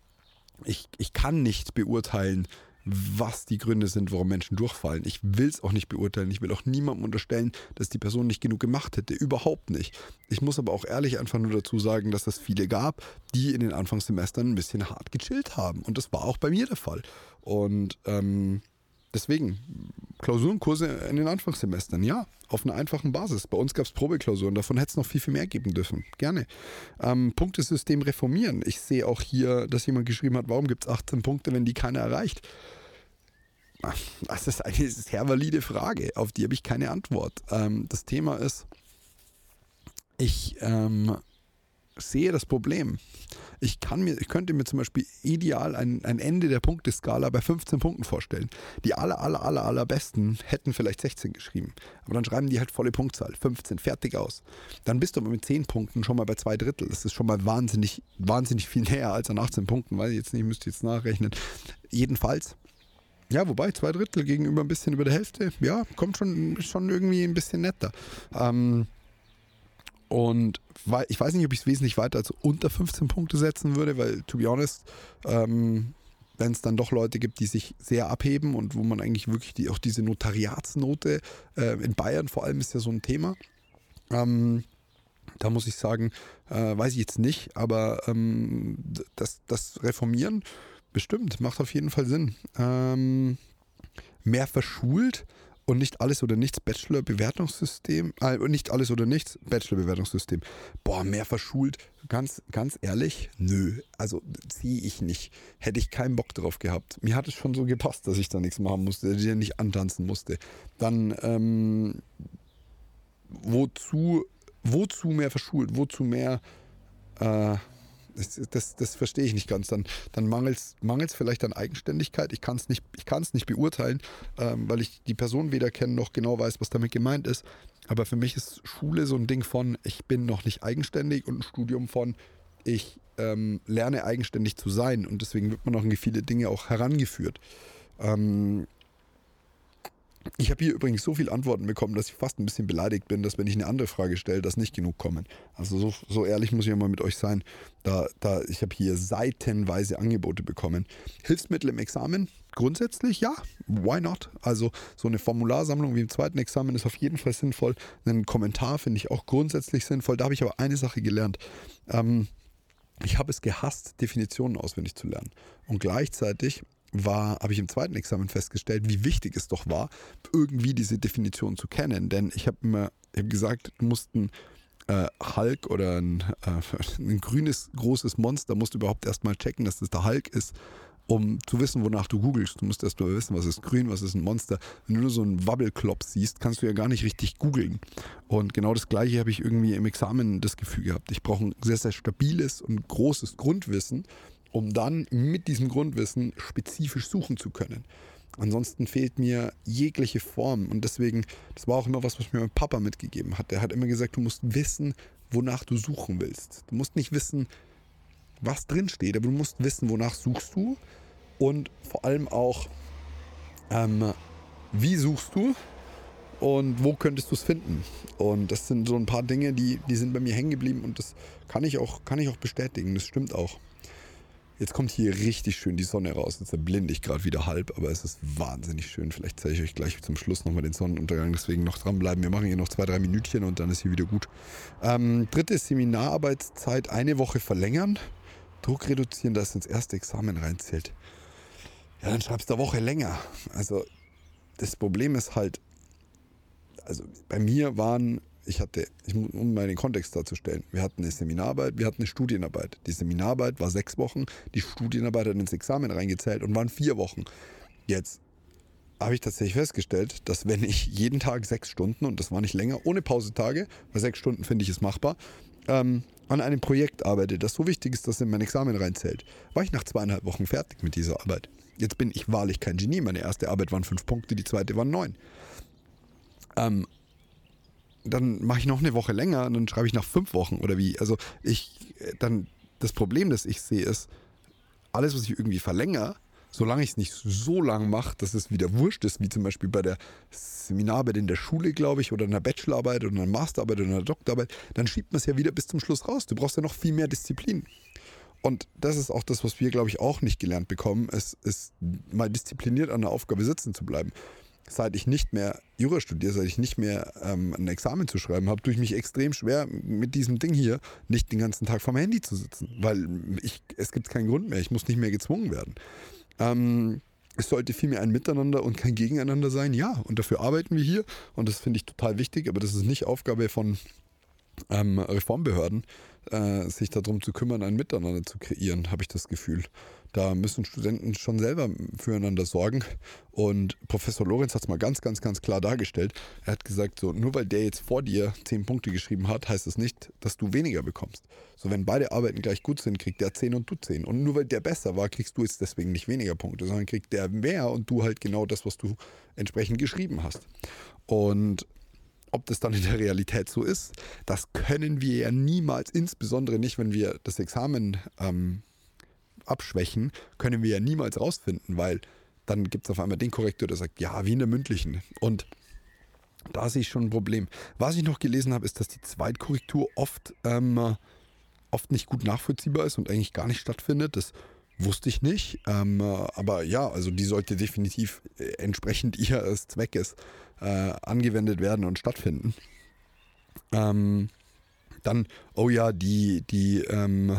ich, ich kann nicht beurteilen, was die Gründe sind, warum Menschen durchfallen. Ich will es auch nicht beurteilen. Ich will auch niemandem unterstellen, dass die Person nicht genug gemacht hätte. Überhaupt nicht. Ich muss aber auch ehrlich einfach nur dazu sagen, dass es viele gab, die in den Anfangssemestern ein bisschen hart gechillt haben. Und das war auch bei mir der Fall. Und ähm, deswegen, Klausurenkurse in den Anfangssemestern, ja, auf einer einfachen Basis. Bei uns gab es Probeklausuren, davon hätte es noch viel, viel mehr geben dürfen. Gerne. Ähm, Punktesystem reformieren. Ich sehe auch hier, dass jemand geschrieben hat, warum gibt es achtzehn Punkte, wenn die keiner erreicht? Das ist eine sehr valide Frage, auf die habe ich keine Antwort. Ähm, das Thema ist, ich ähm, sehe das Problem. Ich, kann mir, ich könnte mir zum Beispiel ideal ein, ein Ende der Punkteskala bei fünfzehn Punkten vorstellen. Die aller, aller, aller, allerbesten hätten vielleicht sechzehn geschrieben. Aber dann schreiben die halt volle Punktzahl, fünfzehn, fertig aus. Dann bist du aber mit zehn Punkten schon mal bei zwei Drittel. Das ist schon mal wahnsinnig, wahnsinnig viel näher als an achtzehn Punkten, weiß ich jetzt nicht, müsst ihr jetzt nachrechnen. Jedenfalls, ja, wobei zwei Drittel gegenüber ein bisschen über der Hälfte, ja, kommt schon, schon irgendwie ein bisschen netter. Ähm, Und ich weiß nicht, ob ich es wesentlich weiter als unter fünfzehn Punkte setzen würde, weil, to be honest, ähm, wenn es dann doch Leute gibt, die sich sehr abheben und wo man eigentlich wirklich die, auch diese Notariatsnote, äh, in Bayern vor allem ist ja so ein Thema, ähm, da muss ich sagen, äh, weiß ich jetzt nicht, aber ähm, das, das Reformieren bestimmt, macht auf jeden Fall Sinn. Ähm, mehr verschult. Und nicht alles oder nichts Bachelor-Bewertungssystem, äh, nicht alles oder nichts Bachelor-Bewertungssystem. Boah, mehr verschult, ganz, ganz ehrlich, nö, also ziehe ich nicht. Hätte ich keinen Bock drauf gehabt. Mir hat es schon so gepasst, dass ich da nichts machen musste, dass ich nicht antanzen musste. Dann, ähm, wozu, wozu mehr verschult, wozu mehr, äh, Das, das, das verstehe ich nicht ganz. Dann, dann mangelt es vielleicht an Eigenständigkeit. Ich kann es nicht, ich kann es nicht beurteilen, ähm, weil ich die Person weder kenne noch genau weiß, was damit gemeint ist. Aber für mich ist Schule so ein Ding von, ich bin noch nicht eigenständig, und ein Studium von, ich ähm, lerne eigenständig zu sein. Und deswegen wird man auch in viele Dinge auch herangeführt. Ähm, Ich habe hier übrigens so viele Antworten bekommen, dass ich fast ein bisschen beleidigt bin, dass wenn ich eine andere Frage stelle, dass nicht genug kommen. Also so, so ehrlich muss ich ja mal mit euch sein. Da, da, ich habe hier seitenweise Angebote bekommen. Hilfsmittel im Examen? Grundsätzlich ja, why not? Also so eine Formularsammlung wie im zweiten Examen ist auf jeden Fall sinnvoll. Einen Kommentar finde ich auch grundsätzlich sinnvoll. Da habe ich aber eine Sache gelernt. Ähm, ich habe es gehasst, Definitionen auswendig zu lernen. Und gleichzeitig war, habe ich im zweiten Examen festgestellt, wie wichtig es doch war, irgendwie diese Definition zu kennen. Denn ich habe immer ich hab gesagt, du musst ein äh, Hulk oder ein, äh, ein grünes, großes Monster, musst du überhaupt erstmal checken, dass das der Hulk ist, um zu wissen, wonach du googelst. Du musst erst mal wissen, was ist grün, was ist ein Monster. Wenn du nur so einen Wabbelklops siehst, kannst du ja gar nicht richtig googeln. Und genau das Gleiche habe ich irgendwie im Examen das Gefühl gehabt. Ich brauche ein sehr, sehr stabiles und großes Grundwissen, um dann mit diesem Grundwissen spezifisch suchen zu können. Ansonsten fehlt mir jegliche Form, und deswegen, das war auch immer was, was mir mein Papa mitgegeben hat. Der hat immer gesagt, du musst wissen, wonach du suchen willst. Du musst nicht wissen, was drin steht, aber du musst wissen, wonach suchst du, und vor allem auch, ähm, wie suchst du und wo könntest du es finden. Und das sind so ein paar Dinge, die, die sind bei mir hängen geblieben, und das kann ich auch, kann ich auch bestätigen, das stimmt auch. Jetzt kommt hier richtig schön die Sonne raus. Jetzt erblinde ich gerade wieder halb, aber es ist wahnsinnig schön. Vielleicht zeige ich euch gleich zum Schluss nochmal den Sonnenuntergang. Deswegen noch dranbleiben. Wir machen hier noch zwei, drei Minütchen und dann ist hier wieder gut. Ähm, dritte Seminararbeitszeit, eine Woche verlängern. Druck reduzieren, dass es ins erste Examen reinzählt. Ja, dann schreibst du eine Woche länger. Also das Problem ist halt, also bei mir waren... Ich hatte, ich, um mal den Kontext darzustellen, wir hatten eine Seminararbeit, wir hatten eine Studienarbeit. Die Seminararbeit war sechs Wochen, die Studienarbeit hat ins Examen reingezählt und waren vier Wochen. Jetzt habe ich tatsächlich festgestellt, dass wenn ich jeden Tag sechs Stunden, und das war nicht länger, ohne Pausetage, weil sechs Stunden finde ich es machbar, ähm, an einem Projekt arbeite, das so wichtig ist, dass es in mein Examen reinzählt, war ich nach zweieinhalb Wochen fertig mit dieser Arbeit. Jetzt bin ich wahrlich kein Genie. Meine erste Arbeit waren fünf Punkte, die zweite waren neun. Ähm, Dann mache ich noch eine Woche länger und dann schreibe ich nach fünf Wochen oder wie. Also ich, dann, das Problem, das ich sehe, ist, alles, was ich irgendwie verlängere, solange ich es nicht so lang mache, dass es wieder wurscht ist, wie zum Beispiel bei der Seminararbeit in der Schule, glaube ich, oder einer Bachelorarbeit oder einer Masterarbeit oder einer Doktorarbeit, dann schiebt man es ja wieder bis zum Schluss raus. Du brauchst ja noch viel mehr Disziplin. Und das ist auch das, was wir, glaube ich, auch nicht gelernt bekommen, es ist mal diszipliniert an der Aufgabe sitzen zu bleiben. Seit ich nicht mehr Jura studiere, seit ich nicht mehr ähm, ein Examen zu schreiben habe, tue ich mich extrem schwer, mit diesem Ding hier nicht den ganzen Tag vorm Handy zu sitzen, weil ich, es gibt keinen Grund mehr, ich muss nicht mehr gezwungen werden. Ähm, es sollte vielmehr ein Miteinander und kein Gegeneinander sein. Ja, und dafür arbeiten wir hier und das finde ich total wichtig, aber das ist nicht Aufgabe von ähm, Reformbehörden, äh, sich darum zu kümmern, ein Miteinander zu kreieren, habe ich das Gefühl. Da müssen Studenten schon selber füreinander sorgen. Und Professor Lorenz hat es mal ganz, ganz, ganz klar dargestellt. Er hat gesagt, so, nur weil der jetzt vor dir zehn Punkte geschrieben hat, heißt das nicht, dass du weniger bekommst. So, wenn beide Arbeiten gleich gut sind, kriegt der zehn und du zehn. Und nur weil der besser war, kriegst du jetzt deswegen nicht weniger Punkte, sondern kriegt der mehr und du halt genau das, was du entsprechend geschrieben hast. Und ob das dann in der Realität so ist, das können wir ja niemals, insbesondere nicht, wenn wir das Examen ähm, abschwächen, können wir ja niemals rausfinden, weil dann gibt es auf einmal den Korrektor, der sagt, ja, wie in der mündlichen. Und da sehe ich schon ein Problem. Was ich noch gelesen habe, ist, dass die Zweitkorrektur oft, ähm, oft nicht gut nachvollziehbar ist und eigentlich gar nicht stattfindet. Das wusste ich nicht. Ähm, aber ja, also die sollte definitiv entsprechend ihres Zweckes äh, angewendet werden und stattfinden. Ähm, dann, oh ja, die, die, ähm,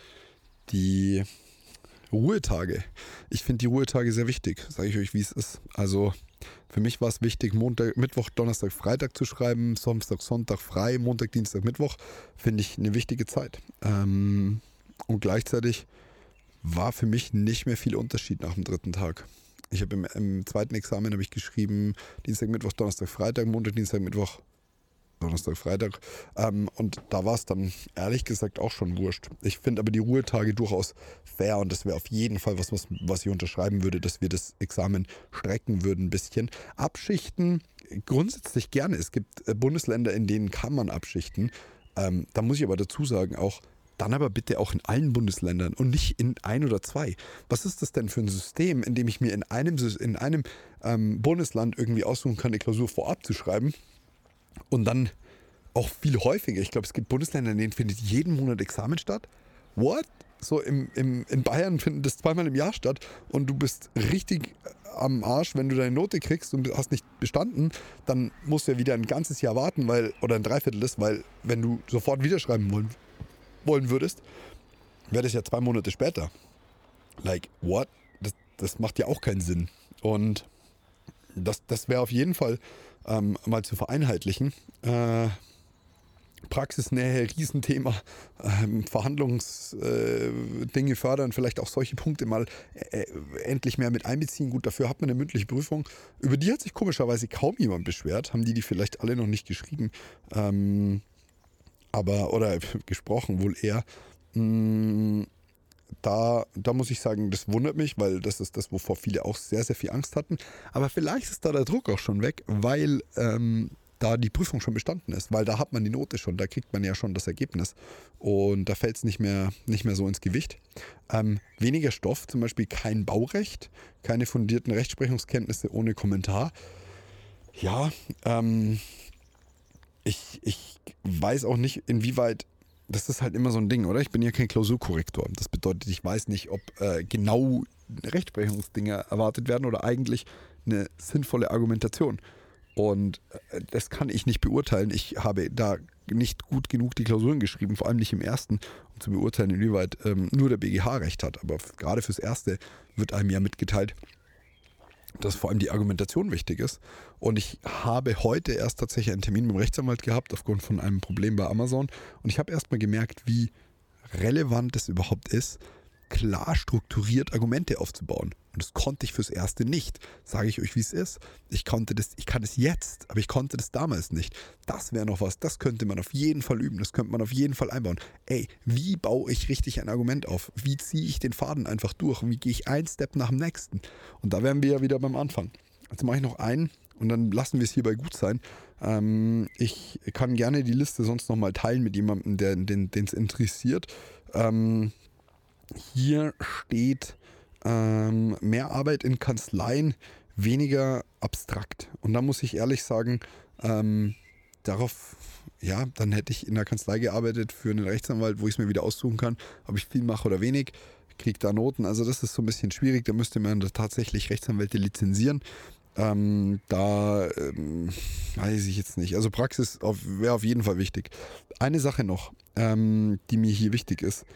die Ruhetage. Ich finde die Ruhetage sehr wichtig, sage ich euch, wie es ist. Also für mich war es wichtig, Montag, Mittwoch, Donnerstag, Freitag zu schreiben, Samstag, Sonntag frei, Montag, Dienstag, Mittwoch. Finde ich eine wichtige Zeit. Ähm, und gleichzeitig war für mich nicht mehr viel Unterschied nach dem dritten Tag. Ich habe im, im zweiten Examen habe ich geschrieben, Dienstag, Mittwoch, Donnerstag, Freitag, Montag, Dienstag, Mittwoch, Donnerstag, Freitag. Ähm, und da war es dann ehrlich gesagt auch schon wurscht. Ich finde aber die Ruhetage durchaus fair und das wäre auf jeden Fall was, was, was ich unterschreiben würde, dass wir das Examen strecken würden ein bisschen. Abschichten grundsätzlich gerne. Es gibt äh, Bundesländer, in denen kann man abschichten. Ähm, da muss ich aber dazu sagen, auch dann aber bitte auch in allen Bundesländern und nicht in ein oder zwei. Was ist das denn für ein System, in dem ich mir in einem, in einem ähm, Bundesland irgendwie aussuchen kann, eine Klausur vorab zu schreiben und dann auch viel häufiger? Ich glaube, es gibt Bundesländer, in denen findet jeden Monat Examen statt. What? So im, im, in Bayern findet das zweimal im Jahr statt und du bist richtig am Arsch, wenn du deine Note kriegst und hast nicht bestanden, dann musst du ja wieder ein ganzes Jahr warten, weil oder ein Dreiviertel ist, weil wenn du sofort wieder schreiben wollen, wollen würdest, wäre das ja zwei Monate später. Like, what? Das, das macht ja auch keinen Sinn. Und das, das wäre auf jeden Fall ähm, mal zu vereinheitlichen. Äh, Praxisnähe, Riesenthema, ähm, Verhandlungsdinge äh, fördern, vielleicht auch solche Punkte mal äh, endlich mehr mit einbeziehen. Gut, dafür hat man eine mündliche Prüfung. Über die hat sich komischerweise kaum jemand beschwert. Haben die die vielleicht alle noch nicht geschrieben. Ähm, aber, oder gesprochen wohl eher. Mh, Da, da muss ich sagen, das wundert mich, weil das ist das, wovor viele auch sehr, sehr viel Angst hatten. Aber vielleicht ist da der Druck auch schon weg, weil ähm, da die Prüfung schon bestanden ist, weil da hat man die Note schon, da kriegt man ja schon das Ergebnis und da fällt es nicht mehr, nicht mehr so ins Gewicht. Ähm, weniger Stoff, zum Beispiel kein Baurecht, keine fundierten Rechtsprechungskenntnisse ohne Kommentar. Ja, ähm, ich, ich weiß auch nicht, inwieweit. Das ist halt immer so ein Ding, oder? Ich bin ja kein Klausurkorrektor. Das bedeutet, ich weiß nicht, ob äh, genau Rechtsprechungsdinge erwartet werden oder eigentlich eine sinnvolle Argumentation. Und äh, das kann ich nicht beurteilen. Ich habe da nicht gut genug die Klausuren geschrieben, vor allem nicht im ersten, um zu beurteilen, inwieweit ähm, nur der B G H recht hat. Aber f- gerade fürs Erste wird einem ja mitgeteilt, dass vor allem die Argumentation wichtig ist. Und ich habe heute erst tatsächlich einen Termin mit dem Rechtsanwalt gehabt, aufgrund von einem Problem bei Amazon. Und ich habe erst mal gemerkt, wie relevant es überhaupt ist, klar strukturiert Argumente aufzubauen. Und das konnte ich fürs Erste nicht. Sage ich euch, wie es ist. Ich konnte das, ich kann es jetzt, aber ich konnte das damals nicht. Das wäre noch was, das könnte man auf jeden Fall üben, das könnte man auf jeden Fall einbauen. Ey, wie baue ich richtig ein Argument auf? Wie ziehe ich den Faden einfach durch? Und wie gehe ich einen Step nach dem nächsten? Und da wären wir ja wieder beim Anfang. Jetzt mache ich noch einen und dann lassen wir es hierbei gut sein. Ähm, ich kann gerne die Liste sonst nochmal teilen mit jemandem, der, den es interessiert. Ähm, Hier steht ähm, mehr Arbeit in Kanzleien, weniger abstrakt. Und da muss ich ehrlich sagen, ähm, darauf, ja, dann hätte ich in der Kanzlei gearbeitet für einen Rechtsanwalt, wo ich es mir wieder aussuchen kann, ob ich viel mache oder wenig, kriege da Noten. Also das ist so ein bisschen schwierig, da müsste man da tatsächlich Rechtsanwälte lizenzieren. Ähm, da ähm, weiß ich jetzt nicht. Also Praxis wäre auf jeden Fall wichtig. Eine Sache noch, ähm, die mir hier wichtig ist.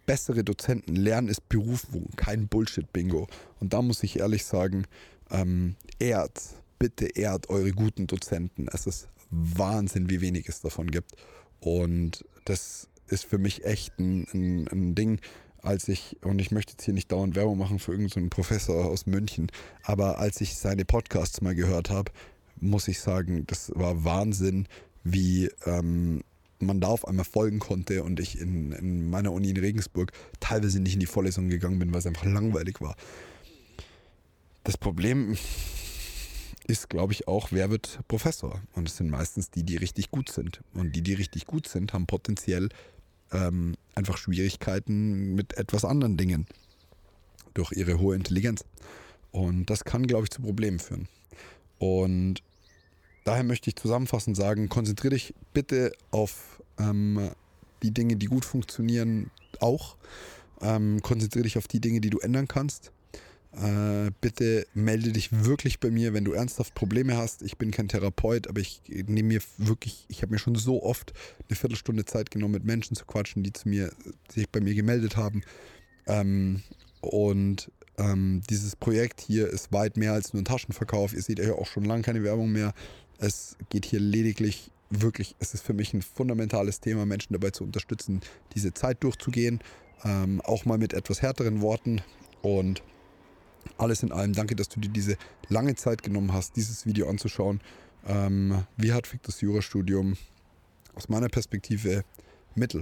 bessere Dozenten. Lernen ist Berufung, kein Bullshit-Bingo. Und da muss ich ehrlich sagen, ähm, ehrt, bitte ehrt eure guten Dozenten. Es ist Wahnsinn, wie wenig es davon gibt. Und das ist für mich echt ein, ein, ein Ding, als ich, und ich möchte jetzt hier nicht dauernd Werbung machen für irgendeinen so Professor aus München, aber als ich seine Podcasts mal gehört habe, muss ich sagen, das war Wahnsinn, wie ähm, man da auf einmal folgen konnte und ich in, in meiner Uni in Regensburg teilweise nicht in die Vorlesung gegangen bin, weil es einfach langweilig war. Das Problem ist, glaube ich, auch, wer wird Professor? Und es sind meistens die, die richtig gut sind. Und die, die richtig gut sind, haben potenziell ähm, einfach Schwierigkeiten mit etwas anderen Dingen durch ihre hohe Intelligenz. Und das kann, glaube ich, zu Problemen führen. Und daher möchte ich zusammenfassend sagen, konzentriere dich bitte auf ähm, die Dinge, die gut funktionieren, auch. Ähm, konzentriere dich auf die Dinge, die du ändern kannst. Äh, bitte melde dich wirklich bei mir, wenn du ernsthaft Probleme hast. Ich bin kein Therapeut, aber ich nehme mir wirklich, ich habe mir schon so oft eine Viertelstunde Zeit genommen, mit Menschen zu quatschen, die zu mir, sich bei mir gemeldet haben. Ähm, und ähm, dieses Projekt hier ist weit mehr als nur ein Taschenverkauf. Ihr seht ja auch schon lange keine Werbung mehr. Es geht hier lediglich wirklich, es ist für mich ein fundamentales Thema, Menschen dabei zu unterstützen, diese Zeit durchzugehen. Ähm, auch mal mit etwas härteren Worten. Und alles in allem, danke, dass du dir diese lange Zeit genommen hast, dieses Video anzuschauen. Ähm, wie hat Fick das Jurastudium aus meiner Perspektive Mittel?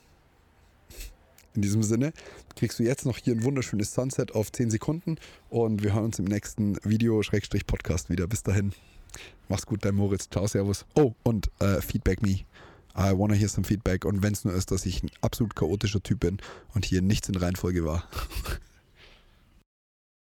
In diesem Sinne kriegst du jetzt noch hier ein wunderschönes Sunset auf zehn Sekunden und wir hören uns im nächsten Video-Podcast wieder. Bis dahin, mach's gut, dein Moritz. Ciao, servus. Oh, und äh, Feedback me. I wanna hear some feedback. Und wenn es nur ist, dass ich ein absolut chaotischer Typ bin und hier nichts in Reihenfolge war.